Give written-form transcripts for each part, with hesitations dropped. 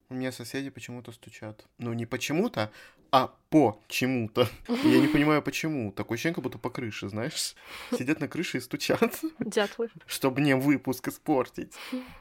У меня соседи почему-то стучат. Ну, не почему-то, а по чему-то. Я не понимаю, почему. Такое ощущение, как будто по крыше, знаешь. Сидят на крыше и стучат. Дятлы. Чтобы мне выпуск испортить.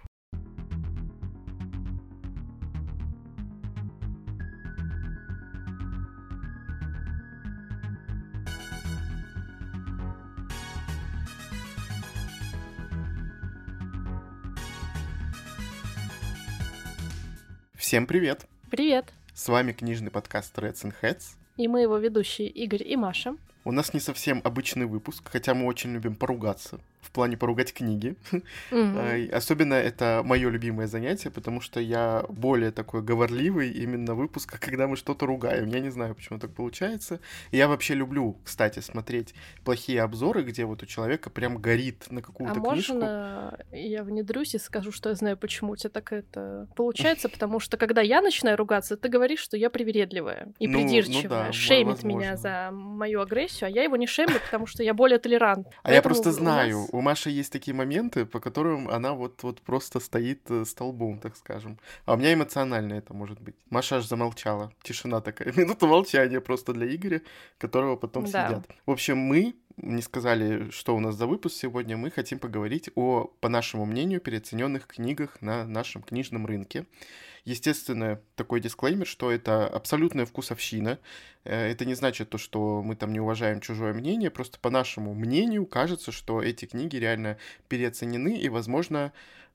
Всем привет! Привет! С вами книжный подкаст Reds and Heads. И мы его ведущие Игорь и Маша. У нас не совсем обычный выпуск, хотя мы очень любим поругаться. В плане поругать книги. Особенно это мое любимое занятие, потому что я более такой говорливый именно в выпусках, когда мы что-то ругаем. Я не знаю, почему так получается. Я вообще люблю, кстати, смотреть плохие обзоры, где вот у человека прям горит на какую-то книжку. Можно я внедрюсь и скажу, что я знаю, почему у тебя так это получается? Потому что когда я начинаю ругаться, ты говоришь, что я привередливая и придирчивая, шеймит меня за мою агрессию, а я его не шеймлю, потому что я более толерантна. А я просто знаю, у Маши есть такие моменты, по которым она вот просто стоит столбом, так скажем. А у меня эмоционально это может быть. Маша аж замолчала. Тишина такая. Минута молчания просто для Игоря, которого потом съедят. В общем, мы не сказали, что у нас за выпуск сегодня. Мы хотим поговорить о, по нашему мнению, переоцененных книгах на нашем книжном рынке. Естественно, такой дисклеймер, что это абсолютная вкусовщина. Это не значит то, что мы там не уважаем чужое мнение, просто по нашему мнению кажется, что эти книги реально переоценены и, возможно,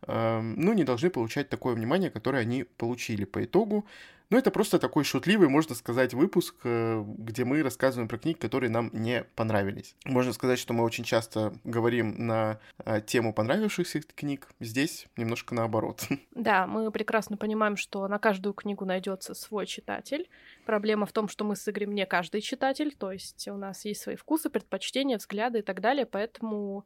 не должны получать такое внимание, которое они получили по итогу. Но это просто такой шутливый, можно сказать, выпуск, где мы рассказываем про книги, которые нам не понравились. Можно сказать, что мы очень часто говорим на тему понравившихся книг. Здесь немножко наоборот. Да, мы прекрасно понимаем, что на каждую книгу найдется свой читатель. Проблема в том, что мы с Игорем не каждый читатель, то есть у нас есть свои вкусы, предпочтения, взгляды и так далее, поэтому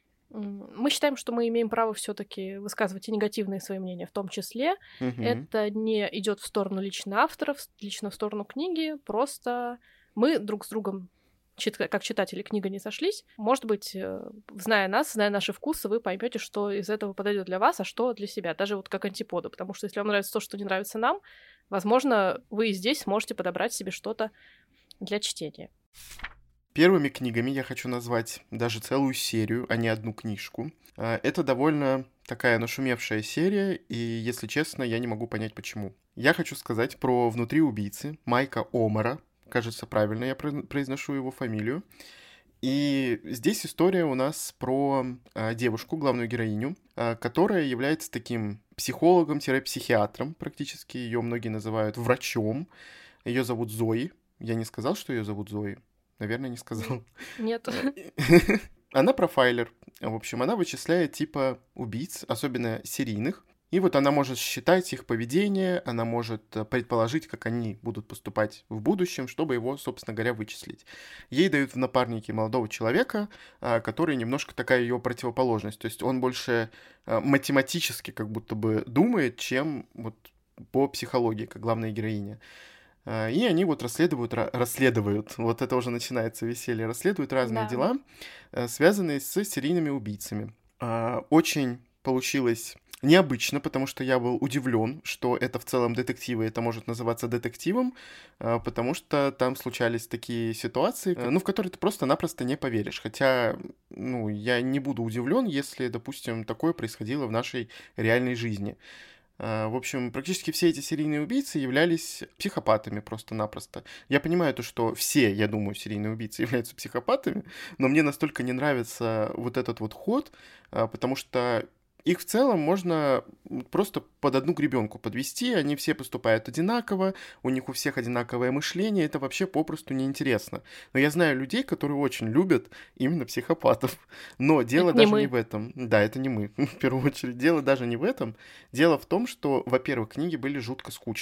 мы считаем, что мы имеем право все-таки высказывать и негативные свои мнения в том числе. Это не идет в сторону лично авторов, лично в сторону книги, просто мы друг с другом как читатели книга не сошлись. Может быть, зная нас, зная наши вкусы, вы поймете, что из этого подойдет для вас, а что для себя, даже вот как антиподы, потому что если вам нравится то, что не нравится нам, возможно, вы и здесь сможете подобрать себе что-то для чтения. Первыми книгами я хочу назвать даже целую серию, а не одну книжку. Это довольно такая нашумевшая серия, и, если честно, я не могу понять, почему. Я хочу сказать про «Внутри убийцы» Майка Омара. Кажется, правильно я произношу его фамилию. И здесь история у нас про девушку, главную героиню, которая является таким психологом-психиатром практически. Ее многие называют врачом. Ее зовут Зои. Я не сказал, что ее зовут Зои? Наверное, не сказал. Нет. Она профайлер. В общем, она вычисляет типа убийц, особенно серийных. И вот она может считать их поведение, она может предположить, как они будут поступать в будущем, чтобы его, собственно говоря, вычислить. Ей дают в напарники молодого человека, который немножко такая ее противоположность. То есть он больше математически как будто бы думает, чем вот по психологии, как главная героиня. И они вот расследуют, вот это уже начинается веселье, расследуют разные дела, связанные с серийными убийцами. Очень получилось необычно, потому что я был удивлен, что это в целом детективы, это может называться детективом, потому что там случались такие ситуации, в которые ты просто-напросто не поверишь. Хотя, я не буду удивлен, если, допустим, такое происходило в нашей реальной жизни. В общем, практически все эти серийные убийцы являлись психопатами просто-напросто. Я понимаю то, что все, я думаю, серийные убийцы являются психопатами, но мне настолько не нравится вот этот вот ход, потому что их в целом можно просто под одну гребенку подвести, они все поступают одинаково, у них у всех одинаковое мышление, это вообще попросту неинтересно. Но я знаю людей, которые очень любят именно психопатов. Но дело это даже не в этом. Да, это не мы, в первую очередь. Дело даже не в этом. Дело в том, что, во-первых, книги были жутко скучными.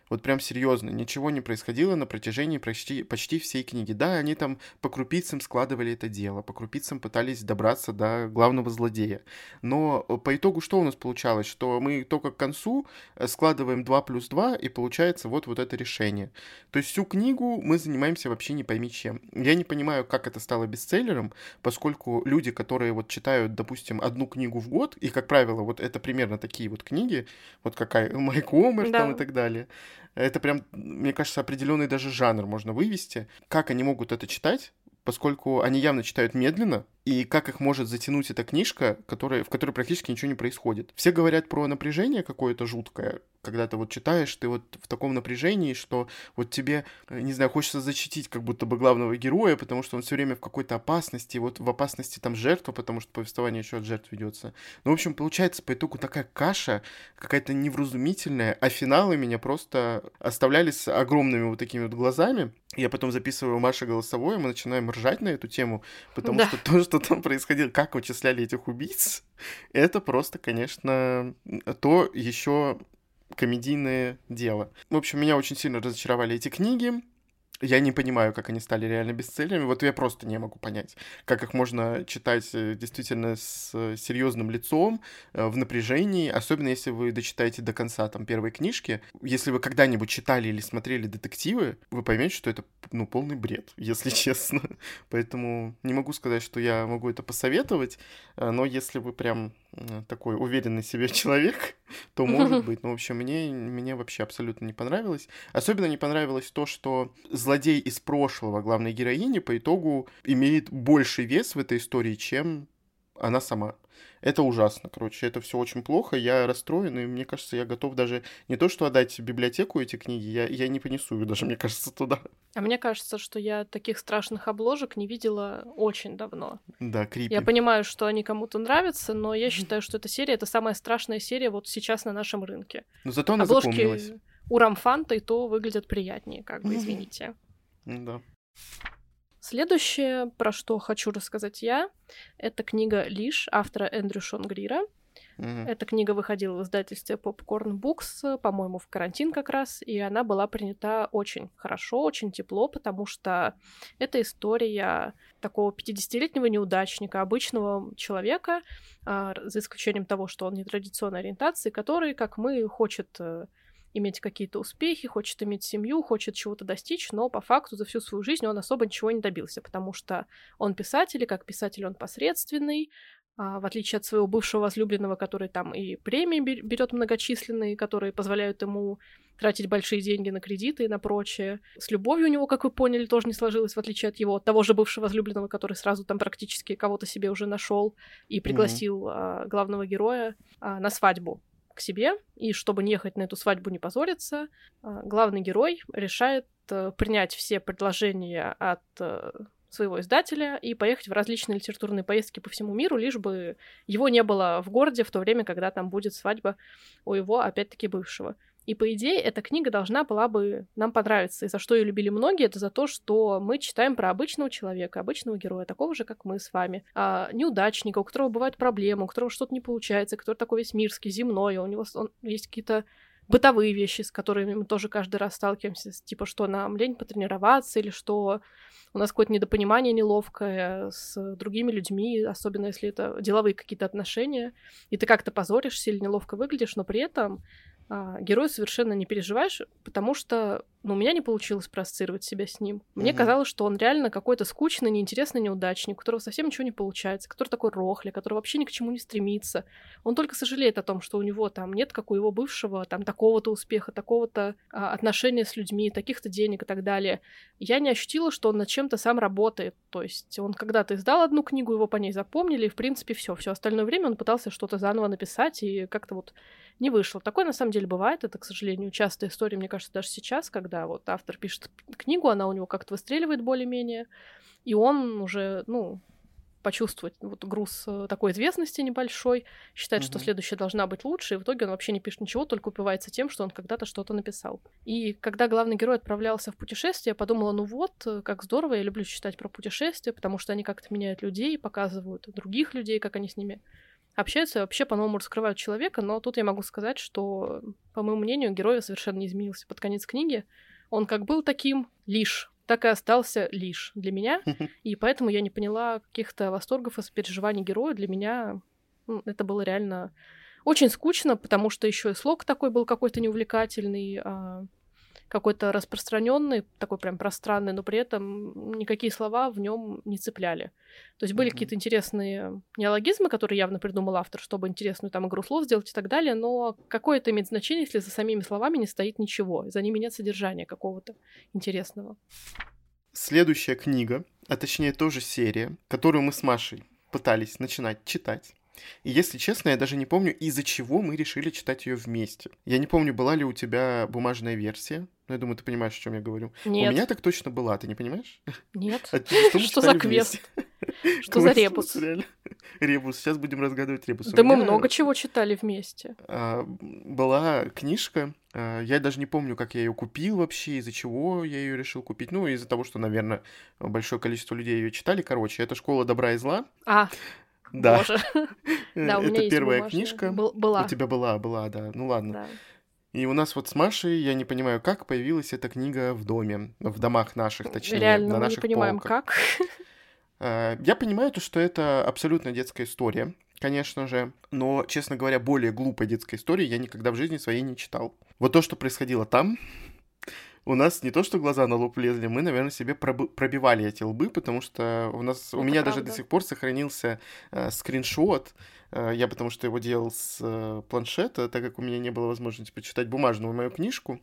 Вот прям серьезно, ничего не происходило на протяжении почти всей книги. Да, они там по крупицам складывали это дело, по крупицам пытались добраться до главного злодея. Но по итогу что у нас получалось? Что мы только к концу складываем 2 плюс 2, и получается вот это решение. То есть всю книгу мы занимаемся вообще не пойми чем. Я не понимаю, как это стало бестселлером, поскольку люди, которые вот читают, допустим, одну книгу в год, и, как правило, вот это примерно такие вот книги, вот какая Майк Уомер там и так далее, это прям, мне кажется, определенный даже жанр можно вывести. Как они могут это читать, поскольку они явно читают медленно, и как их может затянуть эта книжка, в которой практически ничего не происходит. Все говорят про напряжение какое-то жуткое, когда ты вот читаешь, ты вот в таком напряжении, что вот тебе, не знаю, хочется защитить как будто бы главного героя, потому что он все время в какой-то опасности, вот в опасности там жертва, потому что повествование еще от жертв ведется. Ну, в общем, получается по итогу такая каша, какая-то невразумительная, а финалы меня просто оставляли с огромными вот такими вот глазами. Я потом записываю Маше голосовое, мы начинаем ржать на эту тему, потому что то, что там происходило, как вычисляли этих убийц, это просто, конечно, то еще комедийное дело. В общем, меня очень сильно разочаровали эти книги. Я не понимаю, как они стали реально бестселлерами. Вот я просто не могу понять, как их можно читать действительно с серьезным лицом, в напряжении, особенно если вы дочитаете до конца там первой книжки. Если вы когда-нибудь читали или смотрели детективы, вы поймете, что это, ну, полный бред, если честно. Поэтому не могу сказать, что я могу это посоветовать, но если вы прям такой уверенный в себе человек, то может быть. Но, в общем, мне вообще абсолютно не понравилось. Особенно не понравилось то, что злодей из прошлого главной героини по итогу имеет больший вес в этой истории, чем она сама. Это ужасно, короче, это все очень плохо, я расстроен, и мне кажется, я готов даже не то что отдать в библиотеку эти книги, я не понесу их даже, мне кажется, туда. А мне кажется, что я таких страшных обложек не видела очень давно. Да, крипи. Я понимаю, что они кому-то нравятся, но я считаю, что эта серия — это самая страшная серия вот сейчас на нашем рынке. Но зато она запомнилась. Обложки у Рамфанта и то выглядят приятнее, как бы, извините. Да. Следующее, про что хочу рассказать я, это книга «Лиш» автора Эндрю Шон Грира. Эта книга выходила в издательстве Popcorn Books, по-моему, в карантин как раз, и она была принята очень хорошо, очень тепло, потому что это история такого 50-летнего неудачника, обычного человека, за исключением того, что он нетрадиционной ориентации, который, как мы, хочет иметь какие-то успехи, хочет иметь семью, хочет чего-то достичь, но по факту за всю свою жизнь он особо ничего не добился, потому что он писатель, и как писатель он посредственный, в отличие от своего бывшего возлюбленного, который там и премии берет многочисленные, которые позволяют ему тратить большие деньги на кредиты и на прочее. С любовью у него, как вы поняли, тоже не сложилось, в отличие от его того же бывшего возлюбленного, который сразу там практически кого-то себе уже нашел и пригласил главного героя на свадьбу к себе, и чтобы не ехать на эту свадьбу, не позориться, главный герой решает принять все предложения от своего издателя и поехать в различные литературные поездки по всему миру, лишь бы его не было в городе в то время, когда там будет свадьба у его, опять-таки, бывшего. И, по идее, эта книга должна была бы нам понравиться. И за что ее любили многие, это за то, что мы читаем про обычного человека, обычного героя, такого же, как мы с вами. Неудачника, у которого бывают проблемы, у которого что-то не получается, который такой весь мирский, земной, у него есть какие-то бытовые вещи, с которыми мы тоже каждый раз сталкиваемся, типа, что нам лень потренироваться, или что у нас какое-то недопонимание неловкое с другими людьми, особенно если это деловые какие-то отношения, и ты как-то позоришься или неловко выглядишь, но при этом герою совершенно не переживаешь, потому что, у меня не получилось проассоциировать себя с ним. Мне казалось, что он реально какой-то скучный, неинтересный неудачник, у которого совсем ничего не получается, который такой рохля, который вообще ни к чему не стремится. Он только сожалеет о том, что у него там нет, как у его бывшего, там такого-то успеха, такого-то отношения с людьми, таких-то денег и так далее. Я не ощутила, что он над чем-то сам работает. То есть он когда-то издал одну книгу, его по ней запомнили, и, в принципе, все остальное время он пытался что-то заново написать, и как-то вот не вышло. Такое, на самом деле, бывает. Это, к сожалению, частая история, мне кажется, даже сейчас, когда вот автор пишет книгу, она у него как-то выстреливает более-менее, и он уже, почувствовать вот груз такой известности небольшой, считает, что следующая должна быть лучше, и в итоге он вообще не пишет ничего, только упивается тем, что он когда-то что-то написал. И когда главный герой отправлялся в путешествие, я подумала, как здорово, я люблю читать про путешествия, потому что они как-то меняют людей, показывают других людей, как они с ними общаются и вообще по-новому раскрывают человека, но тут я могу сказать, что, по моему мнению, герой совершенно не изменился под конец книги. Он как был таким лишь, так и остался лишь для меня, и поэтому я не поняла каких-то восторгов и сопереживаний героя. Для меня это было реально очень скучно, потому что еще и слог такой был какой-то неувлекательный, какой-то распространенный, такой прям пространный, но при этом никакие слова в нем не цепляли. То есть были какие-то интересные неологизмы, которые явно придумал автор, чтобы интересную там игру слов сделать и так далее, но какое это имеет значение, если за самими словами не стоит ничего, за ними нет содержания какого-то интересного. Следующая книга, а точнее тоже серия, которую мы с Машей пытались начинать читать. И если честно, я даже не помню, из-за чего мы решили читать ее вместе. Я не помню, была ли у тебя бумажная версия. Но я думаю, ты понимаешь, о чем я говорю. Нет. У меня так точно была, ты не понимаешь? Нет. Что за квест? Что за ребус? Ребус. Сейчас будем разгадывать ребус. Да мы много чего читали вместе. Была книжка. Я даже не помню, как я ее купил вообще, из-за чего я ее решил купить. Ну, из-за того, что, наверное, большое количество людей ее читали. Короче, это «Школа добра и зла». Да. Боже. Да, у меня это есть первая бумажная. книжка. Была. У тебя была, да. Ну ладно. Да. И у нас вот с Машей, я не понимаю, как появилась эта книга в доме, в домах наших, точнее, Реально, на мы наших не понимаем, полках. как. Я понимаю то, что это абсолютно детская история, конечно же, но, честно говоря, более глупой детской истории я никогда в жизни своей не читал. Вот то, что происходило там, у нас не то, что глаза на лоб лезли, мы, наверное, себе пробивали эти лбы, потому что у меня даже до сих пор сохранился скриншот. Я потому что его делал с планшета, так как у меня не было возможности почитать бумажную мою книжку.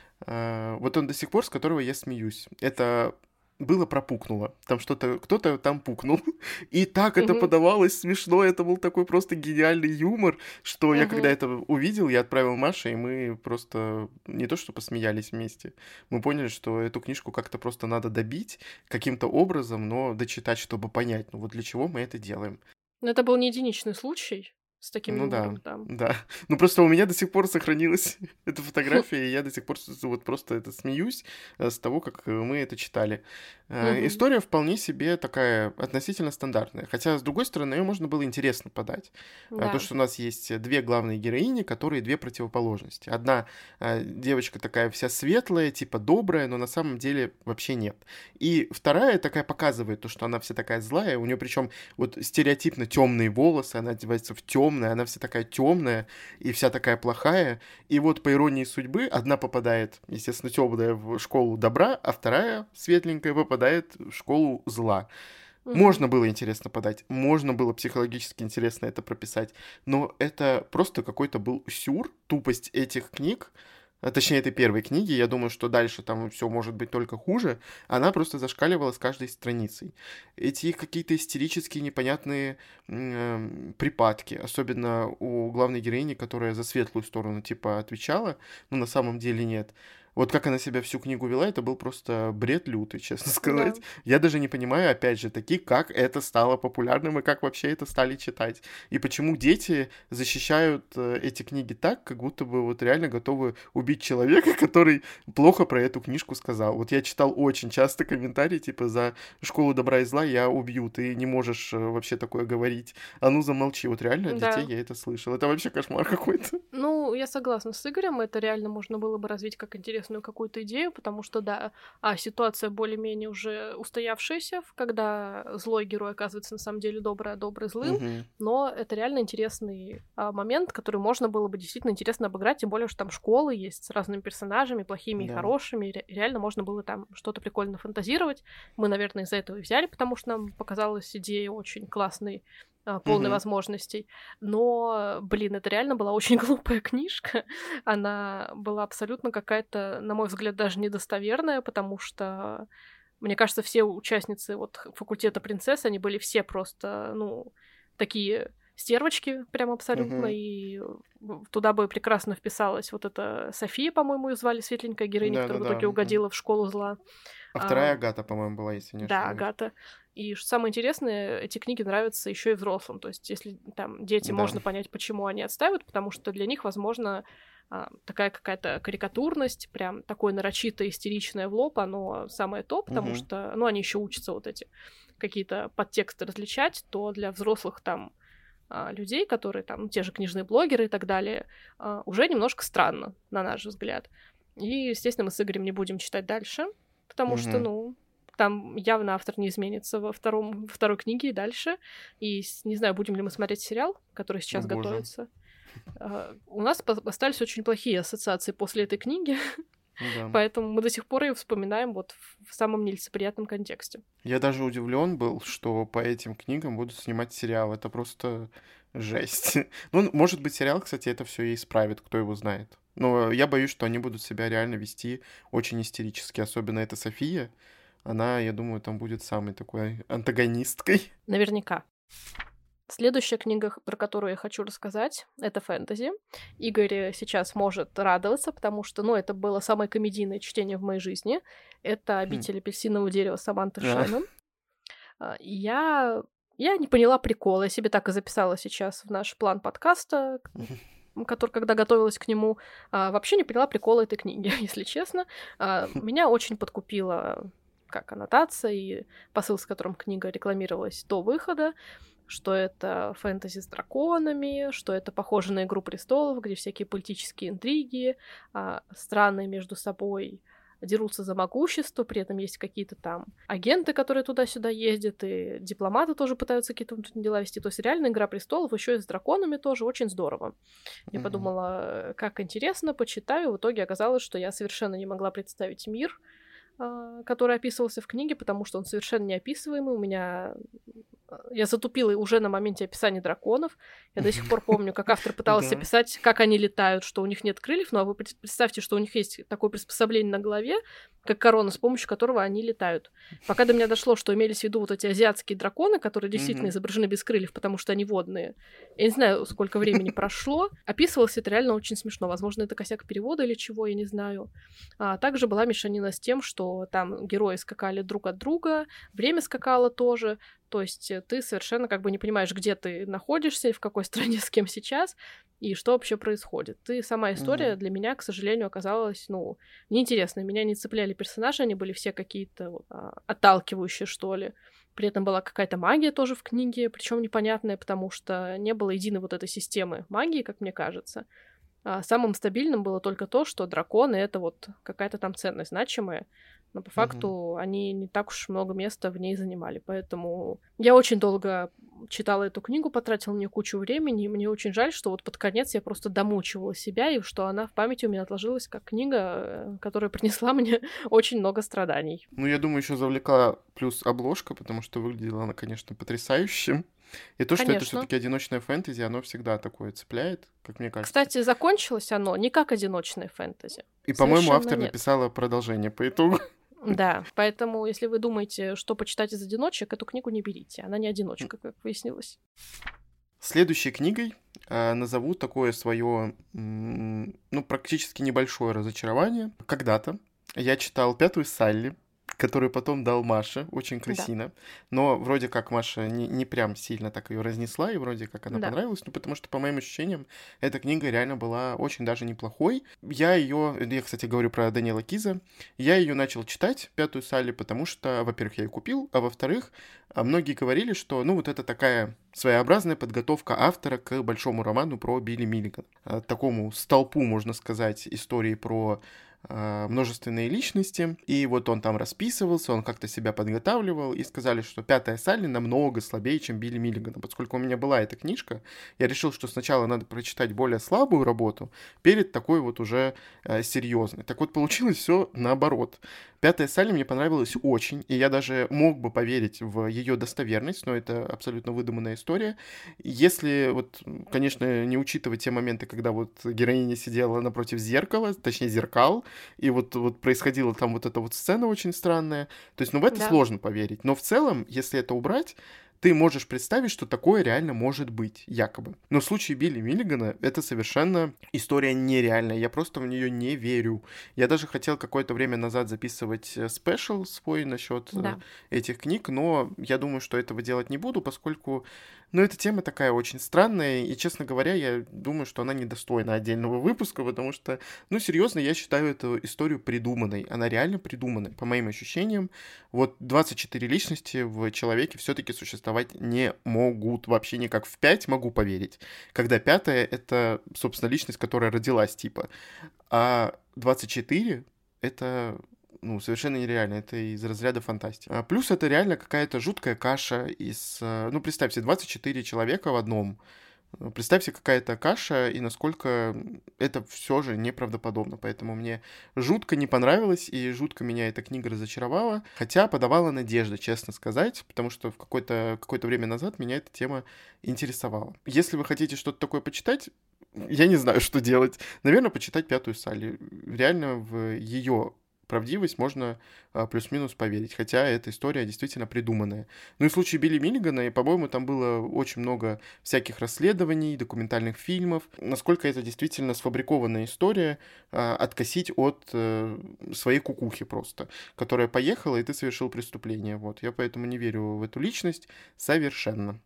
Вот он до сих пор, с которого я смеюсь. Это было пропукнуло. Там кто-то там пукнул. И так это подавалось смешно. Это был такой просто гениальный юмор, что я когда это увидел, я отправил Маше, и мы просто не то что посмеялись вместе. Мы поняли, что эту книжку как-то просто надо добить каким-то образом, но дочитать, чтобы понять, ну вот для чего мы это делаем. Но это был не единичный случай с таким юмором там. Да. Ну просто у меня до сих пор сохранилась эта фотография, и я до сих пор вот просто это смеюсь с того, как мы это читали. История вполне себе такая относительно стандартная. Хотя, с другой стороны, ее можно было интересно подать. То, что у нас есть две главные героини, которые две противоположности. Одна девочка такая вся светлая, типа добрая, но на самом деле вообще нет. И вторая такая показывает то, что она вся такая злая. У нее причем вот стереотипно темные волосы, она одевается в темное, она вся такая темная и вся такая плохая. И вот по иронии судьбы одна попадает, естественно, темная в школу добра, а вторая светленькая попадает в школу зла. Можно было интересно подать, можно было психологически интересно это прописать, но это просто какой-то был сюр, тупость этих книг, точнее, этой первой книги, я думаю, что дальше там все может быть только хуже, она просто зашкаливала с каждой страницей. Эти их какие-то истерические непонятные припадки, особенно у главной героини, которая за светлую сторону типа отвечала, но на самом деле нет. Вот как она себя всю книгу вела, это был просто бред лютый, честно сказать. Да. Я даже не понимаю, опять же, таки, как это стало популярным и как вообще это стали читать. И почему дети защищают эти книги так, как будто бы вот реально готовы убить человека, который плохо про эту книжку сказал. Вот я читал очень часто комментарии, типа, за «Школу добра и зла» я убью, ты не можешь вообще такое говорить. А ну замолчи. Вот реально от детей я это слышал. Это вообще кошмар какой-то. Ну, я согласна с Игорем, это реально можно было бы развить как интересную какую-то идею, потому что, да, ситуация более-менее уже устоявшаяся, когда злой герой оказывается на самом деле добрый, а добрый злым, но это реально интересный момент, который можно было бы действительно интересно обыграть, тем более, что там школы есть с разными персонажами, плохими и хорошими, и реально можно было там что-то прикольно фантазировать. Мы, наверное, из-за этого и взяли, потому что нам показалась идея очень классной, полной возможностей. Но, блин, это реально была очень глупая книжка. Она была абсолютно какая-то, на мой взгляд, даже недостоверная, потому что, мне кажется, все участницы вот факультета принцесс, они были все просто, ну, такие стервочки прям абсолютно, и туда бы прекрасно вписалась вот эта София, по-моему, ее звали, светленькая героиня, которая в итоге угодила в школу зла. А вторая Агата, по-моему, была, если не ошибаюсь. Да, Агата. И что самое интересное, эти книги нравятся еще и взрослым. То есть, если там дети, можно понять, почему они отстаивают, потому что для них, возможно, такая какая-то карикатурность, прям такое нарочито истеричное в лоб, оно самое то, потому что, ну, они еще учатся вот эти какие-то подтексты различать, то для взрослых там людей, которые там, те же книжные блогеры и так далее, уже немножко странно, на наш взгляд. И, естественно, мы с Игорем не будем читать дальше, потому что, ну, там явно автор не изменится во второй книге и дальше. И не знаю, будем ли мы смотреть сериал, который сейчас готовится. У нас остались очень плохие ассоциации после этой книги, поэтому мы до сих пор ее вспоминаем вот в самом нелицеприятном контексте. Я даже удивлен был, что по этим книгам будут снимать сериал. Это просто жесть. Ну, может быть, сериал, кстати, это все и исправит, кто его знает. Но я боюсь, что они будут себя реально вести очень истерически. Особенно эта София. Она, я думаю, там будет самой такой антагонисткой. Наверняка. Следующая книга, про которую я хочу рассказать, это фэнтези. Игорь сейчас может радоваться, потому что, ну, это было самое комедийное чтение в моей жизни. Это «Обитель апельсинового дерева» Саманты Шеннон. Я не поняла прикола. Я себе так и записала сейчас в наш план подкаста, который, когда готовилась к нему, вообще не поняла прикола этой книги, если честно. Меня очень подкупила как аннотация и посыл, с которым книга рекламировалась до выхода, что это фэнтези с драконами, что это похоже на «Игру престолов», где всякие политические интриги, страны между собой дерутся за могущество, при этом есть какие-то там агенты, которые туда-сюда ездят, и дипломаты тоже пытаются какие-то дела вести. То есть реально «Игра престолов» еще и с драконами тоже очень здорово. Я подумала, как интересно, почитаю. В итоге оказалось, что я совершенно не могла представить мир, который описывался в книге, потому что он совершенно неописываемый. Я затупила уже на моменте описания драконов. Я до сих пор помню, как автор пытался описать, как они летают, что у них нет крыльев. Ну, а вы представьте, что у них есть такое приспособление на голове, как корона, с помощью которого они летают. Пока до меня дошло, что имелись в виду вот эти азиатские драконы, которые действительно изображены без крыльев, потому что они водные. Я не знаю, сколько времени прошло. Описывалось это реально очень смешно. Возможно, это косяк перевода или чего, я не знаю. Также была мешанина с тем, что там герои скакали друг от друга, время скакало тоже. То есть ты совершенно как бы не понимаешь, где ты находишься и в какой стране с кем сейчас, и что вообще происходит. Сама история для меня, к сожалению, оказалась, ну, неинтересной. Меня не цепляли персонажи, они были все какие-то отталкивающие, что ли. При этом была какая-то магия тоже в книге, причем непонятная, потому что не было единой вот этой системы магии, как мне кажется. Самым стабильным было только то, что драконы — это вот какая-то там ценность значимая, но по факту они не так уж много места в ней занимали. Поэтому я очень долго читала эту книгу, потратила на нее кучу времени, и мне очень жаль, что вот под конец я просто домучивала себя, и что она в памяти у меня отложилась как книга, которая принесла мне очень много страданий. Ну, я думаю, еще завлекла плюс обложка, потому что выглядела она, конечно, потрясающе. И то, что это все-таки одиночное фэнтези, оно всегда такое цепляет, как мне кажется. Кстати, закончилось оно не как одиночное фэнтези. И, по-моему, автор написала продолжение по итогу. Да, поэтому, если вы думаете, что почитать из одиночек, эту книгу не берите. Она не одиночка, как выяснилось. Следующей книгой назову такое свое, ну, практически небольшое разочарование. Когда-то я читал «Пятую Салли», который потом дал Маше, очень красиво. Но вроде как Маша не прям сильно так ее разнесла, и вроде как она понравилась, ну, потому что, по моим ощущениям, эта книга реально была очень даже неплохой. Я, кстати, говорю про Дэниела Киза, я ее начал читать, «Пятую Салли», потому что, во-первых, я ее купил, а во-вторых, многие говорили, что, ну, вот это такая своеобразная подготовка автора к большому роману про Билли Миллигана. Такому столпу, можно сказать, истории про множественные личности, и вот он там расписывался, он как-то себя подготавливал, и сказали, что «Пятая Салли» намного слабее, чем Билли Миллигана. Поскольку у меня была эта книжка, я решил, что сначала надо прочитать более слабую работу перед такой вот уже серьезной. Так вот, получилось все наоборот. «Пятая Салли» мне понравилась очень, и я даже мог бы поверить в ее достоверность, но это абсолютно выдуманная история. Если, вот, конечно, не учитывать те моменты, когда вот героиня сидела напротив зеркала, точнее зеркал, и вот происходила там вот эта вот сцена очень странная. То есть, ну, в это сложно поверить. Но в целом, если это убрать, ты можешь представить, что такое реально может быть, якобы. Но в случае Билли Миллигана это совершенно история нереальная. Я просто в нее не верю. Я даже хотел какое-то время назад записывать спешл свой насчет этих книг, но я думаю, что этого делать не буду, поскольку Но эта тема такая очень странная, и, честно говоря, я думаю, что она недостойна отдельного выпуска, потому что, ну, серьезно, я считаю эту историю придуманной. Она реально придуманная, по моим ощущениям. Вот 24 личности в человеке все-таки существовать не могут. Вообще никак. В 5 могу поверить. Когда пятая — это, собственно, личность, которая родилась, типа. А 24 — это ну, совершенно нереально. Это из разряда фантастики. Плюс это реально какая-то жуткая каша из... Ну, представьте, 24 человека в одном. Представьте, какая-то каша, и насколько это все же неправдоподобно. Поэтому мне жутко не понравилось, и жутко меня эта книга разочаровала. Хотя подавала надежды, честно сказать, потому что в какое-то время назад меня эта тема интересовала. Если вы хотите что-то такое почитать, я не знаю, что делать. Наверное, почитать «Пятую Салли». Реально в ее правдивость можно плюс-минус поверить, хотя эта история действительно придуманная. Ну и в случае Билли Миллигана, и, по-моему, там было очень много всяких расследований, документальных фильмов, насколько это действительно сфабрикованная история, откосить от своей кукухи просто, которая поехала, и ты совершил преступление. Вот, я поэтому не верю в эту личность совершенно.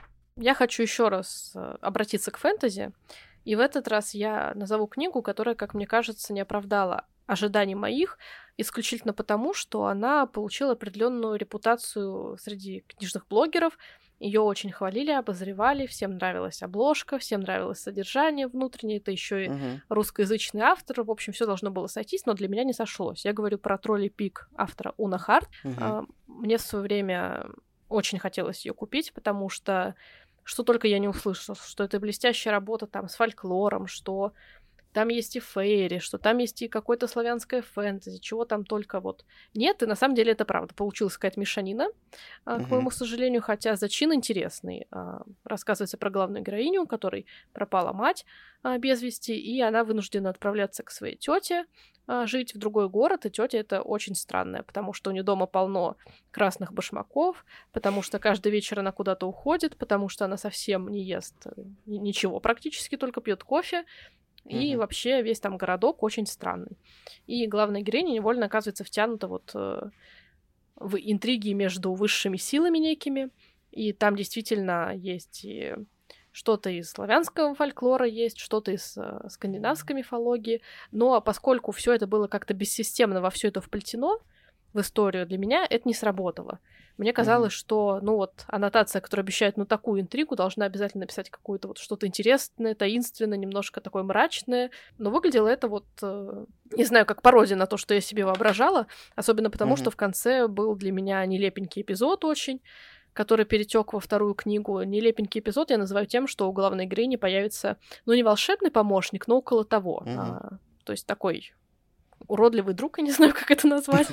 Я хочу еще раз обратиться к фэнтези, и в этот раз я назову книгу, которая, как мне кажется, не оправдала ожиданий моих, исключительно потому, что она получила определенную репутацию среди книжных блогеров. Ее очень хвалили, обозревали, всем нравилась обложка, всем нравилось содержание внутреннее, это еще и русскоязычный автор. В общем, все должно было сойтись, но для меня не сошлось. Я говорю про «Тролли Пик» автора Уна Харт. Мне в свое время очень хотелось ее купить, потому что только я не услышала, что это блестящая работа там с фольклором, что там есть и фейри, что там есть и какое-то славянское фэнтези, чего там только вот нет. И на самом деле это правда. Получилась какая-то мешанина, к моему сожалению, хотя зачин интересный. Рассказывается про главную героиню, у которой пропала мать без вести, и она вынуждена отправляться к своей тете жить в другой город, и тетя это очень странная, потому что у нее дома полно красных башмаков, потому что каждый вечер она куда-то уходит, потому что она совсем не ест ничего практически, только пьет кофе. И вообще весь там городок очень странный. И главная героиня невольно оказывается втянута вот в интриги между высшими силами некими. И там действительно есть и что-то из славянского фольклора, есть что-то из скандинавской мифологии. Но поскольку все это было как-то бессистемно во все это вплетено в историю, для меня это не сработало. Мне казалось, что, ну вот, аннотация, которая обещает, ну, такую интригу, должна обязательно написать какое-то вот что-то интересное, таинственное, немножко такое мрачное. Но выглядело это вот, не знаю, как пародия на то, что я себе воображала, особенно потому, что в конце был для меня нелепенький эпизод очень, который перетек во вторую книгу. Нелепенький эпизод я называю тем, что у главной героини появится, ну, не волшебный помощник, но около того. То есть такой уродливый друг, я не знаю, как это назвать.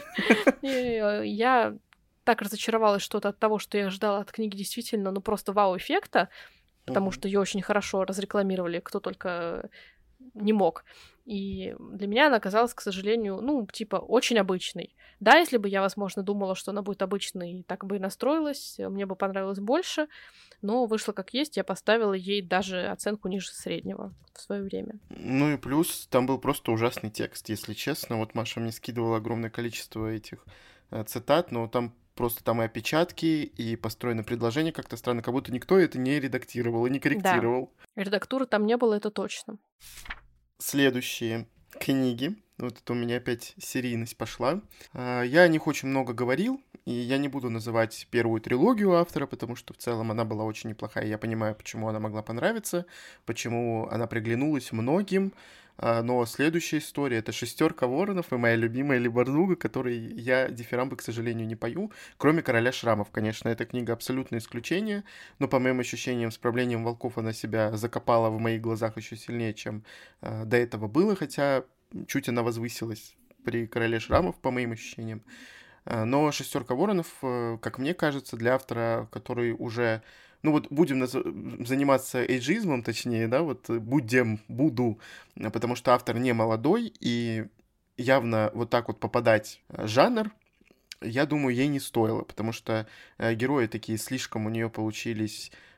Я так разочаровалась что-то от того, что я ждала от книги действительно, ну, просто вау-эффекта, потому что ее очень хорошо разрекламировали, кто только не мог. И для меня она оказалась, к сожалению, ну, типа, очень обычной. Да, если бы я, возможно, думала, что она будет обычной, так бы и настроилась, мне бы понравилось больше, но вышло как есть, я поставила ей даже оценку ниже среднего в свое время. Ну и плюс там был просто ужасный текст, если честно. Вот Маша мне скидывала огромное количество этих цитат, но там просто там и опечатки, и построено предложение как-то странно, как будто никто это не редактировал и не корректировал. Да, редактуры там не было, это точно. Следующие книги. Вот это у меня опять серийность пошла. Я о них очень много говорил, и я не буду называть первую трилогию автора, потому что в целом она была очень неплохая. Я понимаю, почему она могла понравиться, почему она приглянулась многим. Но следующая история — это «Шестерка воронов» и моя любимая Либордуга, которой я дифирамбы, к сожалению, не пою, кроме «Короля шрамов». Конечно, эта книга абсолютное исключение, но по моим ощущениям с «Правлением волков» она себя закопала в моих глазах еще сильнее, чем до этого было, хотя чуть она возвысилась при «Короле шрамов», по моим ощущениям. Но «Шестерка воронов», как мне кажется, для автора, который уже... Ну вот будем заниматься эйджизмом, точнее, да, вот буду, потому что автор не молодой, и явно вот так вот попадать в жанр, я думаю, ей не стоило, потому что герои такие слишком у нее получились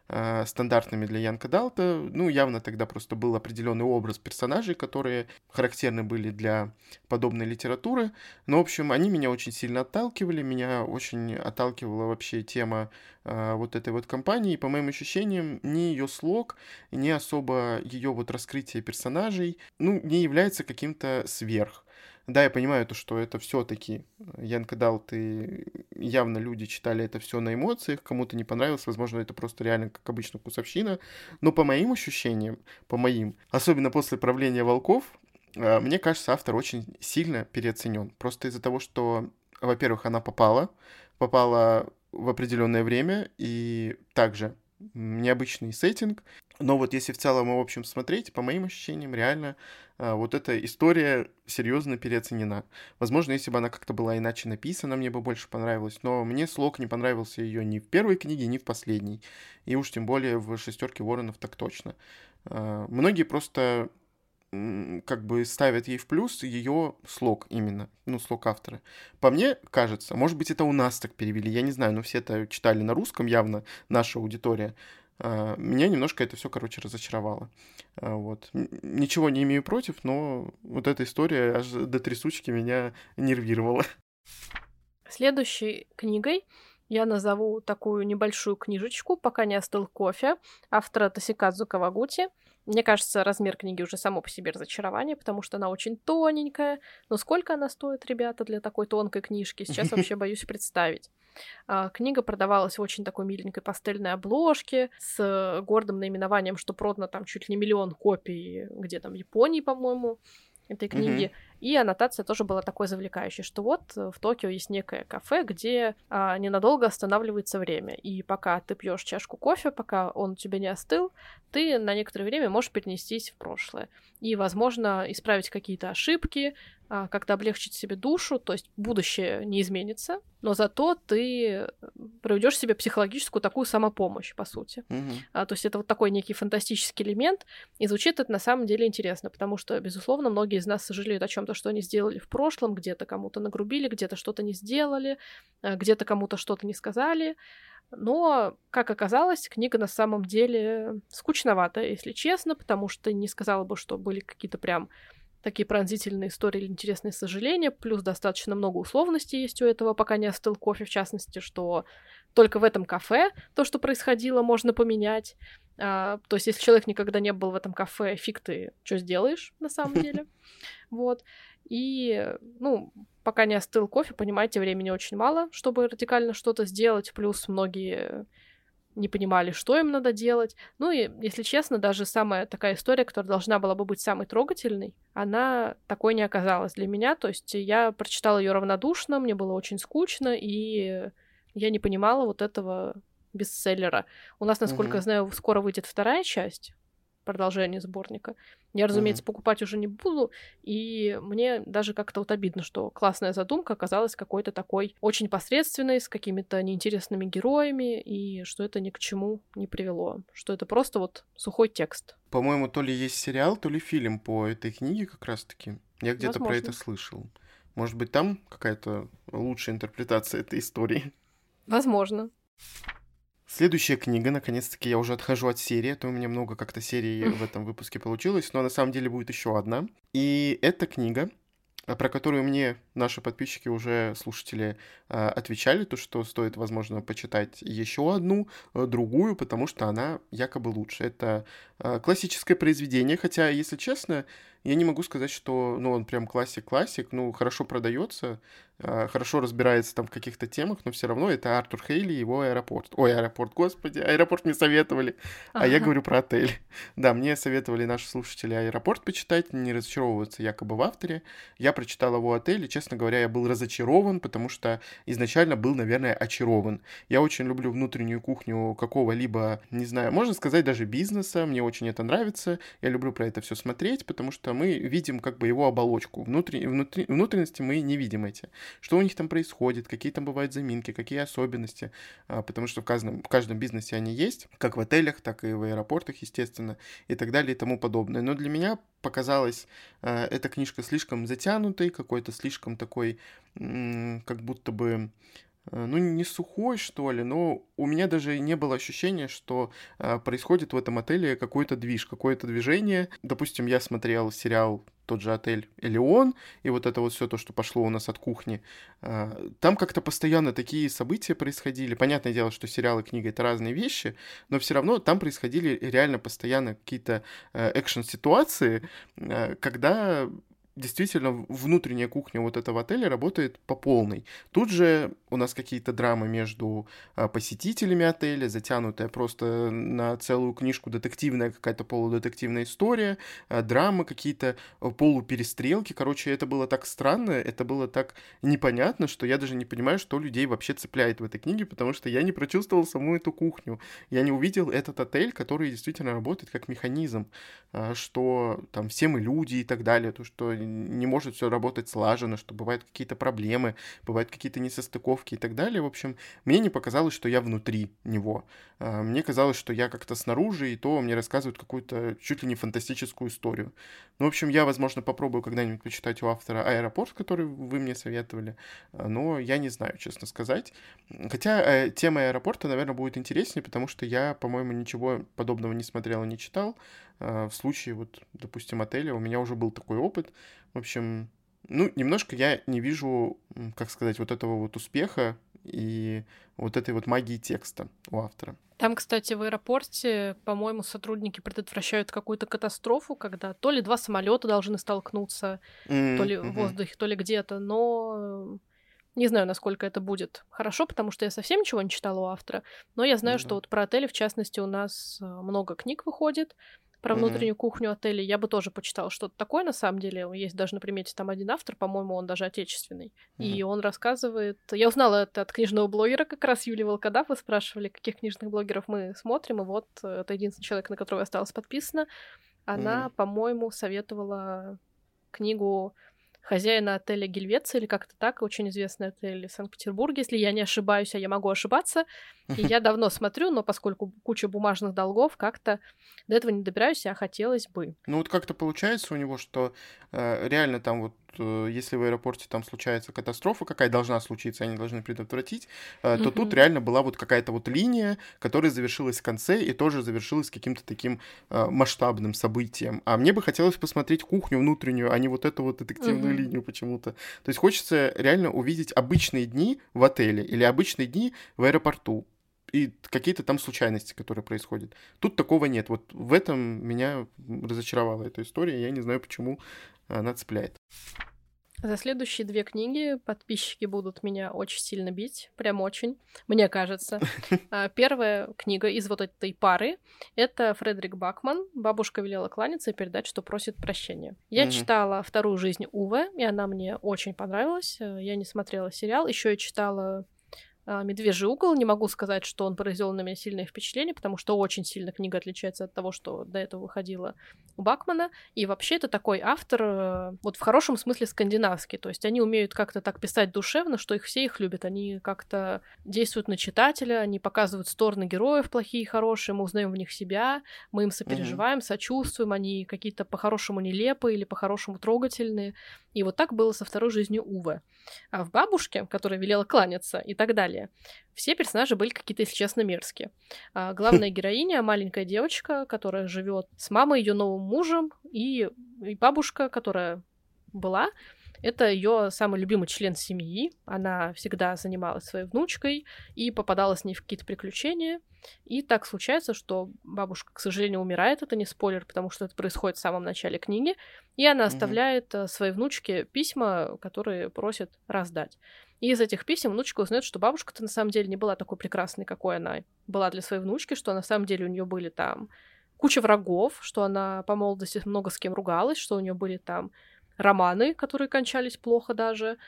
стандартными для Янка Далта. Ну, явно тогда просто был определенный образ персонажей, которые характерны были для подобной литературы. Но, в общем, они меня очень сильно отталкивали, меня очень отталкивала вообще тема вот этой вот компании. И, по моим ощущениям, ни ее слог, ни особо ее вот раскрытие персонажей, ну, не является каким-то сверх. Да, я понимаю то, что это все-таки Янка Далт, и явно люди читали это все на эмоциях, кому-то не понравилось, возможно, это просто реально, как обычно, вкусовщина, но по моим ощущениям, особенно после правления волков, мне кажется, автор очень сильно переоценен. Просто из-за того, что, во-первых, она попала в определенное время, и также необычный сеттинг. Но вот если в целом и в общем смотреть, по моим ощущениям, реально вот эта история серьезно переоценена. Возможно, если бы она как-то была иначе написана, мне бы больше понравилось, но мне слог не понравился ее ни в первой книге, ни в последней. И уж тем более в «Шестерке воронов» так точно. Многие просто как бы ставят ей в плюс ее слог именно, ну, слог автора. По мне кажется, может быть, это у нас так перевели, я не знаю, но все это читали на русском явно, наша аудитория. Меня немножко это все, короче, разочаровало. Вот. Ничего не имею против, но вот эта история аж до трясучки меня нервировала. Следующей книгой я назову такую небольшую книжечку «Пока не остыл кофе» автора Тосикадзу Кавагути. Мне кажется, размер книги уже само по себе разочарование, потому что она очень тоненькая. Но сколько она стоит, ребята, для такой тонкой книжки? Сейчас вообще боюсь представить. Книга продавалась в очень такой миленькой пастельной обложке с гордым наименованием, что продано там чуть ли не 1 000 000 копий, где там в Японии, по-моему, этой книги. И аннотация тоже была такой завлекающей, что вот в Токио есть некое кафе, где ненадолго останавливается время. И пока ты пьешь чашку кофе, пока он у тебя не остыл, ты на некоторое время можешь перенестись в прошлое. И, возможно, исправить какие-то ошибки, как-то облегчить себе душу, то есть будущее не изменится, но зато ты проведешь себе психологическую такую самопомощь, по сути. То есть это вот такой некий фантастический элемент, и звучит это на самом деле интересно, потому что, безусловно, многие из нас сожалеют о чем-то, что они сделали в прошлом, где-то кому-то нагрубили, где-то что-то не сделали, где-то кому-то что-то не сказали. Но, как оказалось, книга на самом деле скучноватая, если честно, потому что не сказала бы, что были какие-то прям такие пронзительные истории или интересные сожаления, плюс достаточно много условностей есть у этого, пока не остыл кофе, в частности, что только в этом кафе то, что происходило, можно поменять. То есть, если человек никогда не был в этом кафе, фиг ты что сделаешь на самом деле. Вот. И, ну, пока не остыл кофе, понимаете, времени очень мало, чтобы радикально что-то сделать, плюс многие не понимали, что им надо делать. Ну и, если честно, даже самая такая история, которая должна была бы быть самой трогательной, она такой не оказалась для меня. То есть я прочитала ее равнодушно, мне было очень скучно, и я не понимала вот этого бестселлера. У нас, насколько я знаю, скоро выйдет 2-я часть, продолжение сборника. Я, разумеется, покупать уже не буду, и мне даже как-то вот обидно, что классная задумка оказалась какой-то такой очень посредственной, с какими-то неинтересными героями, и что это ни к чему не привело, что это просто вот сухой текст. По-моему, то ли есть сериал, то ли фильм по этой книге как раз-таки. Я где-то про это слышал. Может быть, там какая-то лучшая интерпретация этой истории? Возможно. Следующая книга, наконец-таки, я уже отхожу от серии, а то у меня много как-то серий в этом выпуске получилось, но на самом деле будет еще одна. И эта книга, про которую мне наши подписчики уже, слушатели, отвечали, то, что стоит, возможно, почитать еще одну, другую, потому что она якобы лучше. Это классическое произведение, хотя, если честно, я не могу сказать, что, ну, он прям классик-классик, ну, хорошо продается, хорошо разбирается там в каких-то темах, но все равно это Артур Хейли и его «Аэропорт». Ой, «Аэропорт», господи, «Аэропорт» мне советовали, а я говорю про «Отель». Да, мне советовали наши слушатели «Аэропорт» почитать, не разочаровываться якобы в авторе. Я прочитал его «Отель», и, честно говоря, я был разочарован, потому что изначально был, наверное, очарован. Я очень люблю внутреннюю кухню какого-либо, не знаю, можно сказать, даже бизнеса, мне очень это нравится, я люблю про это все смотреть, потому что мы видим как бы его оболочку, внутренности мы не видим эти. Что у них там происходит, какие там бывают заминки, какие особенности, потому что в каждом бизнесе они есть, как в отелях, так и в аэропортах, естественно, и так далее и тому подобное. Но для меня показалась эта книжка слишком затянутой, какой-то слишком такой, как будто бы ну, не сухой, что ли, но у меня даже не было ощущения, что происходит в этом отеле какой-то движ, какое-то движение. Допустим, я смотрел сериал тот же отель Элеон, и вот это вот все то, что пошло у нас от кухни, там как-то постоянно такие события происходили. Понятное дело, что сериал и книга — это разные вещи, но все равно там происходили реально постоянно какие-то экшн-ситуации, когда действительно внутренняя кухня вот этого отеля работает по полной. Тут же у нас какие-то драмы между посетителями отеля, затянутая просто на целую книжку детективная какая-то полудетективная история, драмы какие-то, полуперестрелки. Короче, это было так странно, это было так непонятно, что я даже не понимаю, что людей вообще цепляет в этой книге, потому что я не прочувствовал саму эту кухню. Я не увидел этот отель, который действительно работает как механизм, что там все мы люди и так далее, то, что не может все работать слаженно, что бывают какие-то проблемы, бывают какие-то несостыковки и так далее. В общем, мне не показалось, что я внутри него. Мне казалось, что я как-то снаружи, и то мне рассказывают какую-то чуть ли не фантастическую историю. Ну, в общем, я, возможно, попробую когда-нибудь почитать у автора «Аэропорт», который вы мне советовали, но я не знаю, честно сказать. Хотя тема «Аэропорта», наверное, будет интереснее, потому что я, по-моему, ничего подобного не смотрел и не читал. В случае, вот, допустим, отеля у меня уже был такой опыт. В общем, ну, немножко я не вижу, как сказать, вот этого вот успеха и вот этой вот магии текста у автора. Там, кстати, в аэропорте, по-моему, сотрудники предотвращают какую-то катастрофу, когда то ли два самолета должны столкнуться, то ли в воздухе, то ли где-то, но не знаю, насколько это будет хорошо, потому что я совсем ничего не читала у автора, но я знаю, что вот про отели, в частности, у нас много книг выходит, про внутреннюю кухню отелей. Я бы тоже почитала что-то такое, на самом деле. Есть даже на примете там один автор, по-моему, он даже отечественный. И он рассказывает... Я узнала это от книжного блогера, как раз Юлии Волкодав. Вы спрашивали, каких книжных блогеров мы смотрим. И вот это единственный человек, на которого я осталась подписана. Она, по-моему, советовала книгу хозяина отеля Гельвеция, или как-то так, очень известный отель в Санкт-Петербурге, если я не ошибаюсь, а я могу ошибаться. И я давно смотрю, но поскольку куча бумажных долгов, как-то до этого не добираюсь, а хотелось бы. Ну вот как-то получается у него, что реально там вот, если в аэропорте там случается катастрофа, какая должна случиться, они должны предотвратить, то тут реально была вот какая-то вот линия, которая завершилась в конце и тоже завершилась каким-то таким масштабным событием. А мне бы хотелось посмотреть кухню внутреннюю, а не вот эту вот детективную линию почему-то. То есть хочется реально увидеть обычные дни в отеле или обычные дни в аэропорту. И какие-то там случайности, которые происходят. Тут такого нет. Вот в этом меня разочаровала эта история. Я не знаю, почему она цепляет. За следующие 2 книги подписчики будут меня очень сильно бить. Прям очень, мне кажется. Первая книга из вот этой пары — это Фредерик Бакман «Бабушка велела кланяться и передать, что просит прощения». Я читала «Вторую жизнь Уве», и она мне очень понравилась. Я не смотрела сериал. Еще я читала «Медвежий угол». Не могу сказать, что он произвел на меня сильное впечатление, потому что очень сильно книга отличается от того, что до этого выходило у Бакмана. И вообще это такой автор, вот в хорошем смысле скандинавский. То есть они умеют как-то так писать душевно, что все их любят. Они как-то действуют на читателя, они показывают стороны героев плохие и хорошие, мы узнаем в них себя, мы им сопереживаем, сочувствуем, они какие-то по-хорошему нелепые или по-хорошему трогательные. И вот так было со «Второй жизнью Уве». А в «Бабушке», которая велела кланяться и так далее, все персонажи были какие-то, если честно, мерзкие. Главная героиня — маленькая девочка, которая живет с мамой, ее новым мужем, и бабушка, которая была, это ее самый любимый член семьи. Она всегда занималась своей внучкой и попадала с ней в какие-то приключения. И так случается, что бабушка, к сожалению, умирает. Это не спойлер, потому что это происходит в самом начале книги. И она оставляет своей внучке письма, которые просит раздать. И из этих писем внучка узнает, что бабушка-то на самом деле не была такой прекрасной, какой она была для своей внучки, что на самом деле у нее были там куча врагов, что она по молодости много с кем ругалась, что у нее были там романы, которые кончались плохо даже.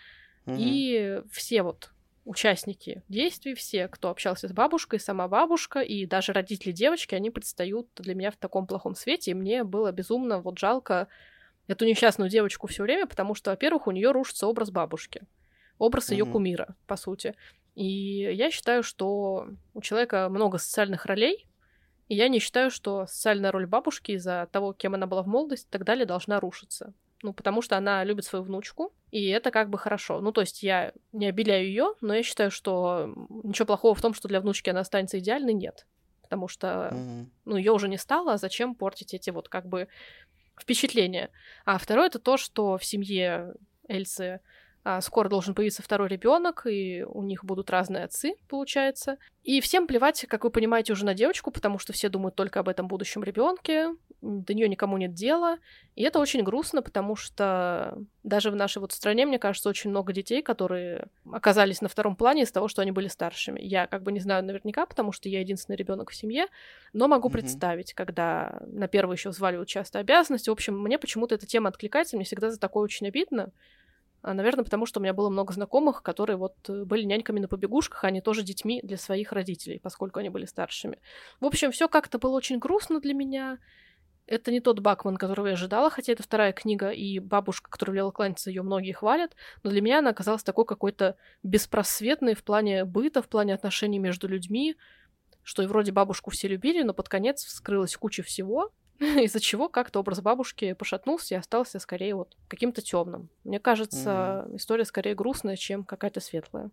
И все вот участники действий, все, кто общался с бабушкой, сама бабушка и даже родители девочки, они предстают для меня в таком плохом свете, и мне было безумно вот жалко эту несчастную девочку все время, потому что, во-первых, у нее рушится образ бабушки, образ ее кумира, по сути. И я считаю, что у человека много социальных ролей, и я не считаю, что социальная роль бабушки из-за того, кем она была в молодости и так далее, должна рушиться. Ну, потому что она любит свою внучку, и это как бы хорошо. Ну, то есть я не обеляю ее, но я считаю, что ничего плохого в том, что для внучки она останется идеальной, нет. Потому что, ну, ее уже не стало, а зачем портить эти вот как бы впечатления. А второе — это то, что в семье Эльсы скоро должен появиться второй ребенок, и у них будут разные отцы, получается. И всем плевать, как вы понимаете, уже на девочку, потому что все думают только об этом будущем ребенке, до нее никому нет дела. И это очень грустно, потому что даже в нашей вот стране, мне кажется, очень много детей, которые оказались на втором плане из-за того, что они были старшими. Я как бы не знаю наверняка, потому что я единственный ребенок в семье, но могу представить, когда на первый еще взваливают часто обязанности. В общем, мне почему-то эта тема откликается, мне всегда за такое очень обидно. Наверное, потому что у меня было много знакомых, которые вот были няньками на побегушках, а они тоже детьми для своих родителей, поскольку они были старшими. В общем, все как-то было очень грустно для меня. Это не тот Бакман, которого я ожидала, хотя это вторая книга, и бабушка, которая велела кланяться, ее многие хвалят, но для меня она оказалась такой какой-то беспросветной в плане быта, в плане отношений между людьми, что и вроде бабушку все любили, но под конец вскрылась куча всего, из-за чего как-то образ бабушки пошатнулся и остался скорее вот каким-то темным. Мне кажется, история скорее грустная, чем какая-то светлая.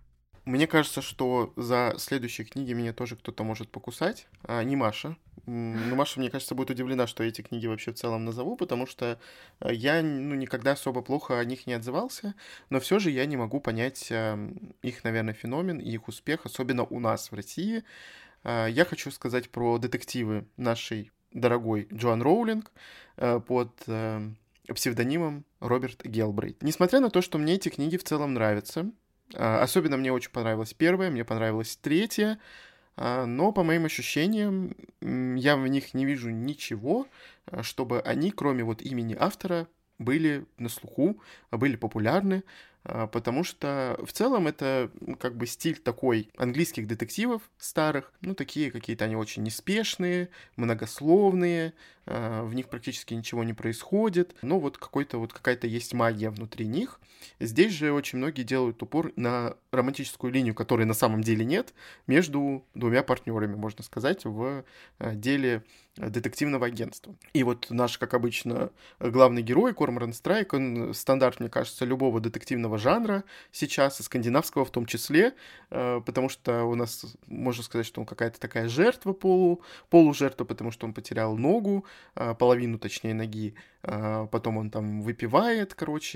Мне кажется, что за следующие книги меня тоже кто-то может покусать, а не Маша. Но Маша, мне кажется, будет удивлена, что эти книги вообще в целом назову, потому что я никогда особо плохо о них не отзывался, но все же я не могу понять их, наверное, феномен и их успех, особенно у нас в России. Я хочу сказать про детективы нашей дорогой Джоан Роулинг под псевдонимом Роберт Гелбрейт. Несмотря на то, что мне эти книги в целом нравятся, особенно мне очень понравилась первая, мне понравилась третья, но, по моим ощущениям, я в них не вижу ничего, чтобы они, кроме вот имени автора, были на слуху, были популярны, потому что в целом это как бы стиль такой английских детективов старых, такие какие-то они очень неспешные, многословные, в них практически ничего не происходит, но вот какая-то есть магия внутри них. Здесь же очень многие делают упор на романтическую линию, которой на самом деле нет, между двумя партнерами, можно сказать, в деле детективного агентства. И вот наш, как обычно, главный герой Корморан Страйк, он стандарт, мне кажется, любого детективного жанра сейчас, и скандинавского в том числе, потому что у нас, можно сказать, что он какая-то такая жертва, полужертва, потому что он потерял ногу, половину, точнее, ноги, потом он там выпивает,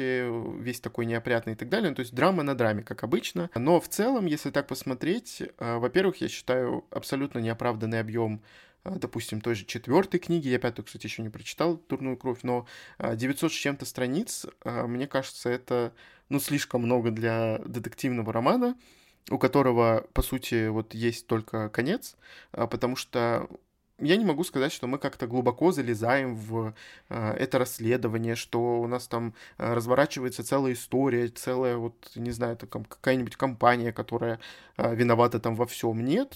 весь такой неопрятный и так далее, то есть драма на драме, как обычно. Но в целом, если так посмотреть, во-первых, я считаю абсолютно неоправданный объем, допустим, той же 4-й книги, я 5-ю, кстати, еще не прочитал, «Дурную кровь», но 900 с чем-то страниц, мне кажется, это, слишком много для детективного романа, у которого, по сути, вот есть только конец, потому что я не могу сказать, что мы как-то глубоко залезаем в это расследование, что у нас там разворачивается целая история, целая, не знаю, какая-нибудь компания, которая виновата там во всем. Нет.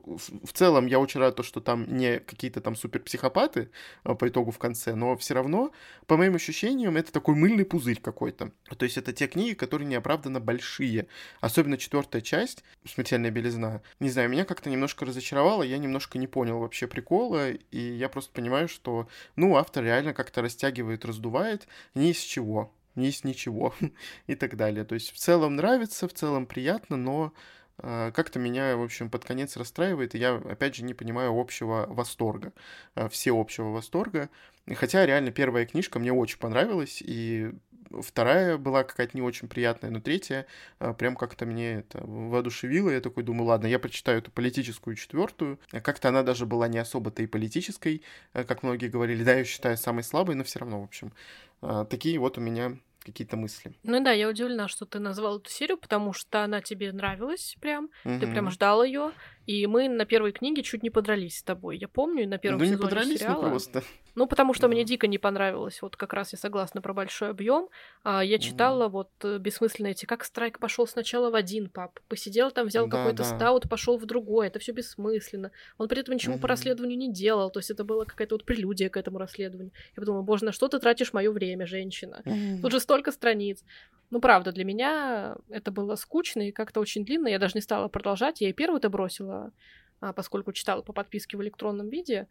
В целом я очень рад, что там не какие-то там суперпсихопаты по итогу в конце, но все равно, по моим ощущениям, это такой мыльный пузырь какой-то. То есть это те книги, которые неоправданно большие. Особенно 4-я часть, «Смертельная белизна». Не знаю, меня как-то немножко разочаровало, я немножко не понял вообще прикола, и я просто понимаю, что, автор реально как-то растягивает, раздувает ни из чего, ни из ничего и так далее. То есть в целом нравится, в целом приятно, но как-то меня, в общем, под конец расстраивает, и я, опять же, не понимаю общего восторга, всеобщего восторга. Хотя реально первая книжка мне очень понравилась, и вторая была какая-то не очень приятная, но третья прям как-то мне это воодушевила. Я такой думаю, ладно, я прочитаю эту политическую 4-ю. Как-то она даже была не особо-то и политической, как многие говорили. Да, я ее считаю самой слабой, но все равно, в общем, такие вот у меня какие-то мысли. Ну да, я удивлена, что ты назвал эту серию, потому что она тебе нравилась прям, ты прям ждал ее, и мы на первой книге чуть не подрались с тобой. Я помню, на первом сезоне не подрались, сериала. Просто. Потому что мне дико не понравилось. Вот как раз я согласна про большой объем. Я читала бессмысленно как Страйк пошел сначала в один паб, посидел там, взял какой-то стаут, пошел в другой. Это все бессмысленно. Он при этом ничего по расследованию не делал. То есть это была какая-то прелюдия к этому расследованию. Я подумала, боже, на что ты тратишь мое время, женщина? Тут же столько страниц. Правда, для меня это было скучно и как-то очень длинно. Я даже не стала продолжать. Я и первую-то бросила, поскольку читала по подписке в электронном виде.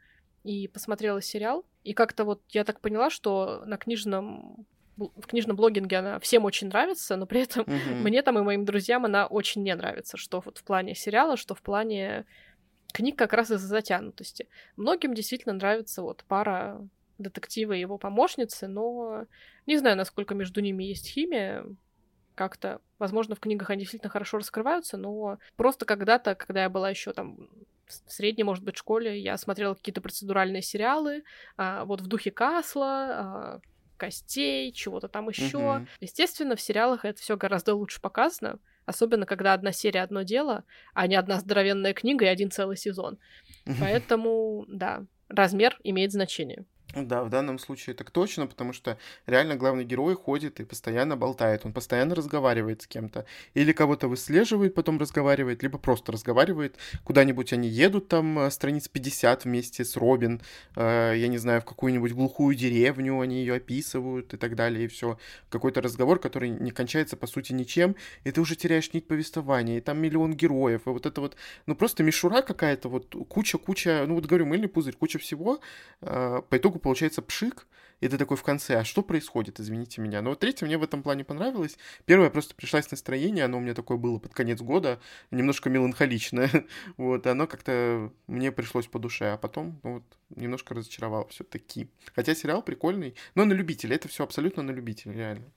и посмотрела сериал. И как-то вот я так поняла, что в книжном блогинге она всем очень нравится, но при этом мне там и моим друзьям она очень не нравится, что вот в плане сериала, что в плане книг как раз из-за затянутости. Многим действительно нравится вот пара детектива и его помощницы, но не знаю, насколько между ними есть химия. Как-то, возможно, в книгах они действительно хорошо раскрываются, но просто когда-то, когда я была еще там в средней, может быть, школе, я смотрела какие-то процедуральные сериалы, вот в духе Касла, Костей, чего-то там еще. Естественно, в сериалах это все гораздо лучше показано, особенно когда одна серия одно дело, а не одна здоровенная книга и один целый сезон. Поэтому, да, размер имеет значение. Да, в данном случае так точно, потому что реально главный герой ходит и постоянно болтает, он постоянно разговаривает с кем-то. Или кого-то выслеживает, потом разговаривает, либо просто разговаривает. Куда-нибудь они едут там страниц 50 вместе с Робин, я не знаю, в какую-нибудь глухую деревню, они ее описывают и так далее, и все. Какой-то разговор, который не кончается, по сути, ничем, и ты уже теряешь нить повествования, и там миллион героев, и вот это вот, ну, просто мишура какая-то, вот куча, ну, вот говорю, мыльный пузырь, куча всего, по итогу получается пшик, и ты такой в конце, а что происходит, извините меня. Но вот третья мне в этом плане понравилась. Первая просто пришлась настроение, оно у меня такое было под конец года, немножко меланхоличное, вот, и оно как-то мне пришлось по душе, а потом, ну, вот, немножко разочаровало все-таки. Хотя сериал прикольный, но на любителя, это все абсолютно на любителя, реально.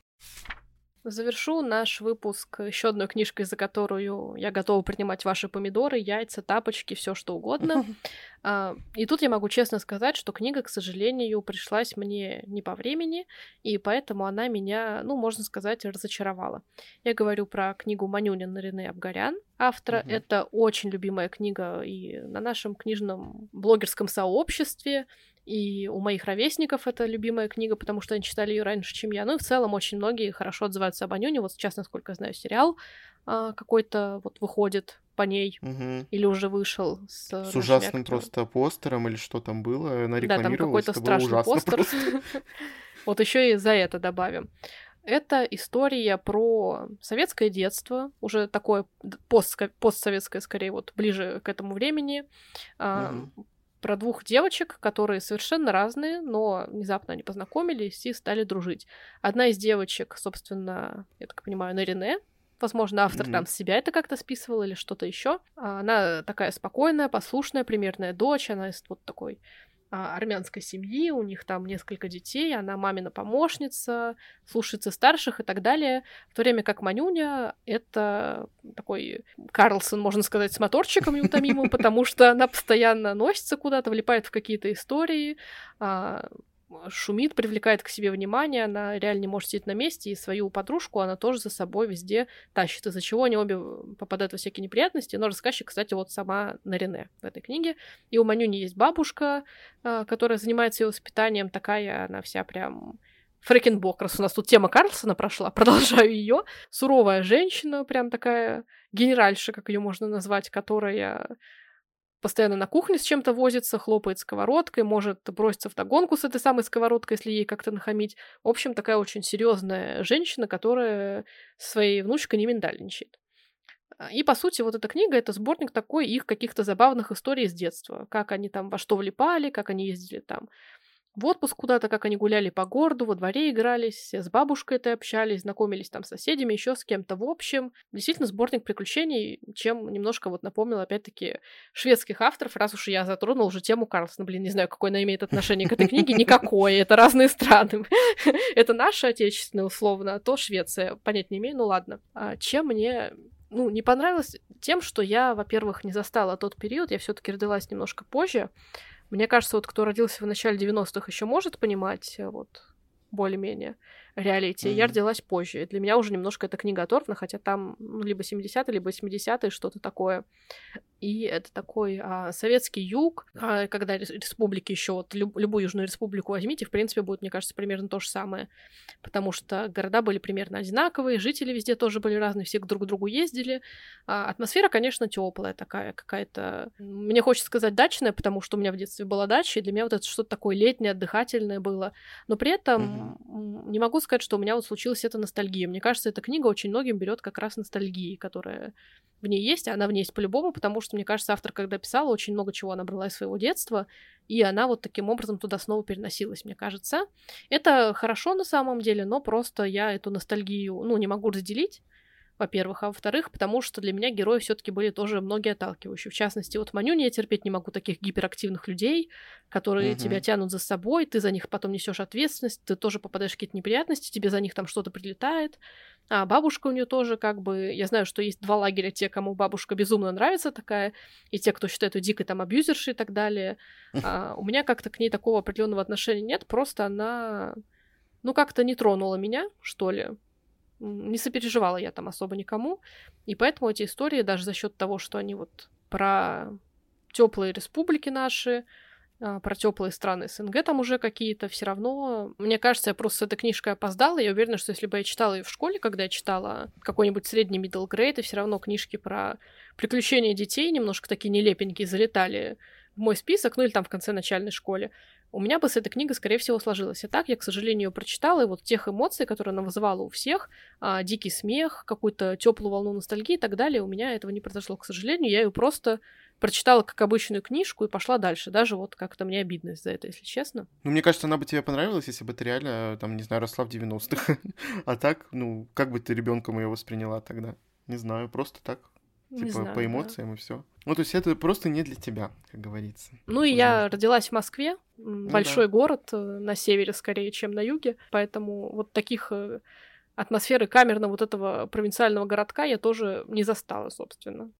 Завершу наш выпуск еще одной книжкой, за которую я готова принимать ваши помидоры, яйца, тапочки, все что угодно. И тут я могу честно сказать, что книга, к сожалению, пришлась мне не по времени, и поэтому она меня, ну, можно сказать, разочаровала. Я говорю про книгу Манюнин Рене Абгарян, автора. Это очень любимая книга и на нашем книжном блогерском сообществе, и у моих ровесников это любимая книга, потому что они читали ее раньше, чем я. Ну и в целом очень многие хорошо отзываются об Анюне. Вот сейчас, насколько я знаю, сериал какой-то вот выходит по ней, или уже вышел с ужасным просто постером, или что там было, она рекламировалась, да, там какой-то страшный постер. Вот еще и за это добавим. Это история про советское детство, уже такое постсоветское, скорее, вот ближе к этому времени. Про двух девочек, которые совершенно разные, но внезапно они познакомились и стали дружить. Одна из девочек, собственно, я так понимаю, Нарине. Возможно, автор там с себя это как-то списывал или что-то еще. Она такая спокойная, послушная, примерная дочь. Она из вот такой армянской семьи, у них там несколько детей, она мамина помощница, слушается старших и так далее. В то время как Манюня — это такой Карлсон, можно сказать, с моторчиком неутомимым, потому что она постоянно носится куда-то, влипает в какие-то истории, шумит, привлекает к себе внимание, она реально не может сидеть на месте, и свою подружку она тоже за собой везде тащит, из-за чего они обе попадают во всякие неприятности, но рассказчик, кстати, вот сама Нарине в этой книге. И у Манюни есть бабушка, которая занимается ее воспитанием, такая она вся прям фрэкенбок, раз у нас тут тема Карлсона прошла, продолжаю ее. Суровая женщина, прям такая генеральша, как ее можно назвать, которая постоянно на кухне с чем-то возится, хлопает сковородкой, может броситься вдогонку с этой самой сковородкой, если ей как-то нахамить. В общем, такая очень серьезная женщина, которая со своей внучкой не миндальничает. И, по сути, вот эта книга — это сборник такой их каких-то забавных историй с детства. Как они там во что влипали, как они ездили там в отпуск куда-то, как они гуляли по городу, во дворе игрались, с бабушкой этой общались, знакомились там с соседями, еще с кем-то. В общем, действительно сборник приключений, чем немножко вот напомнил, опять-таки, шведских авторов, раз уж я затронул уже тему Карлсона. Блин, не знаю, какое она имеет отношение к этой книге. Никакое, это разные страны. Это наше отечественное, условно, а то Швеция. Понять не имею, ну ладно. Чем мне не понравилось? Тем, что я, во-первых, не застала тот период, я все-таки родилась немножко позже. Мне кажется, вот кто родился в начале 90-х, еще может понимать вот более-менее реалии. Я родилась позже. И для меня уже немножко эта книга оторвана, хотя там либо 70-е, либо 80-е, что-то такое. И это такой советский юг, когда республики еще, вот любую Южную республику возьмите, в принципе, будет, мне кажется, примерно то же самое. Потому что города были примерно одинаковые, жители везде тоже были разные, все друг к другу ездили. Атмосфера, конечно, теплая такая какая-то. Мне хочется сказать дачная, потому что у меня в детстве была дача, и для меня вот это что-то такое летнее, отдыхательное было. Но при этом не могу сказать, что у меня вот случилась эта ностальгия. Мне кажется, эта книга очень многим берет как раз ностальгией, которая в ней есть, а она в ней есть по-любому, потому что, мне кажется, автор, когда писала, очень много чего она брала из своего детства, и она вот таким образом туда снова переносилась, мне кажется. Это хорошо на самом деле, но просто я эту ностальгию, не могу разделить, во-первых, а во-вторых, потому что для меня герои все-таки были тоже многие отталкивающие. В частности, вот Манюни я терпеть не могу таких гиперактивных людей, которые тебя тянут за собой, ты за них потом несешь ответственность, ты тоже попадаешь в какие-то неприятности, тебе за них там что-то прилетает. А бабушка у нее тоже как бы... Я знаю, что есть два лагеря, те, кому бабушка безумно нравится такая, и те, кто считает ее дикой там абьюзершей и так далее. У меня как-то к ней такого определенного отношения нет, просто она... как-то не тронула меня, что ли. Не сопереживала я там особо никому, и поэтому эти истории, даже за счет того, что они вот про теплые республики наши, про теплые страны СНГ там уже какие-то, все равно, мне кажется, я просто с этой книжкой опоздала. Я уверена, что если бы я читала ее в школе, когда я читала какой-нибудь средний middle grade, и все равно книжки про приключения детей немножко такие нелепенькие залетали в мой список, или там в конце начальной школе, у меня бы с этой книгой, скорее всего, сложилось. А так я, к сожалению, ее прочитала, и вот тех эмоций, которые она вызывала у всех, дикий смех, какую-то теплую волну ностальгии и так далее, у меня этого не произошло, к сожалению. Я ее просто прочитала как обычную книжку и пошла дальше. Даже вот как-то мне обидно из-за этого, если честно. Мне кажется, она бы тебе понравилась, если бы ты реально, там, не знаю, росла в 90-х. А так, как бы ты ребенком ее восприняла тогда? Не знаю, просто так. Не знаю, по эмоциям, да. И все. То есть это просто не для тебя, как говорится. И я родилась в Москве, большой город, на севере скорее, чем на юге, поэтому вот таких атмосферы камерно вот этого провинциального городка я тоже не застала, собственно.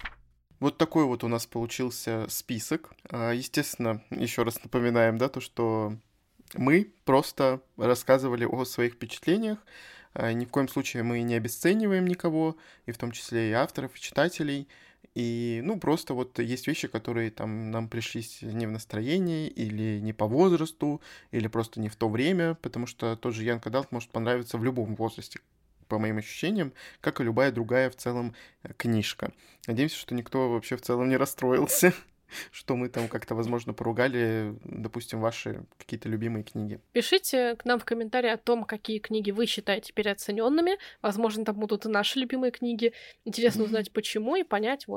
Вот такой вот у нас получился список. Естественно, еще раз напоминаем, да, то, что мы просто рассказывали о своих впечатлениях. Ни в коем случае мы не обесцениваем никого, и в том числе и авторов, и читателей. И, просто вот есть вещи, которые там нам пришлись не в настроении, или не по возрасту, или просто не в то время, потому что тот же Young Adult может понравиться в любом возрасте, по моим ощущениям, как и любая другая в целом книжка. Надеемся, что никто вообще в целом не расстроился, что мы там как-то, возможно, поругали, допустим, ваши какие-то любимые книги. Пишите к нам в комментарии о том, какие книги вы считаете переоцененными. Возможно, там будут и наши любимые книги. Интересно узнать, почему, и понять,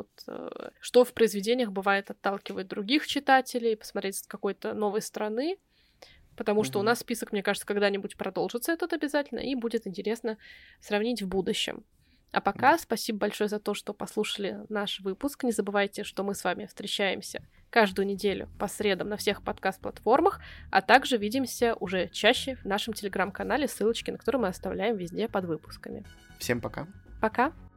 что в произведениях бывает отталкивает других читателей, посмотреть с какой-то новой стороны. Потому что у нас список, мне кажется, когда-нибудь продолжится этот обязательно, и будет интересно сравнить в будущем. А пока спасибо большое за то, что послушали наш выпуск. Не забывайте, что мы с вами встречаемся каждую неделю по средам на всех подкаст-платформах, а также видимся уже чаще в нашем телеграм-канале, ссылочки на который мы оставляем везде под выпусками. Всем пока. Пока.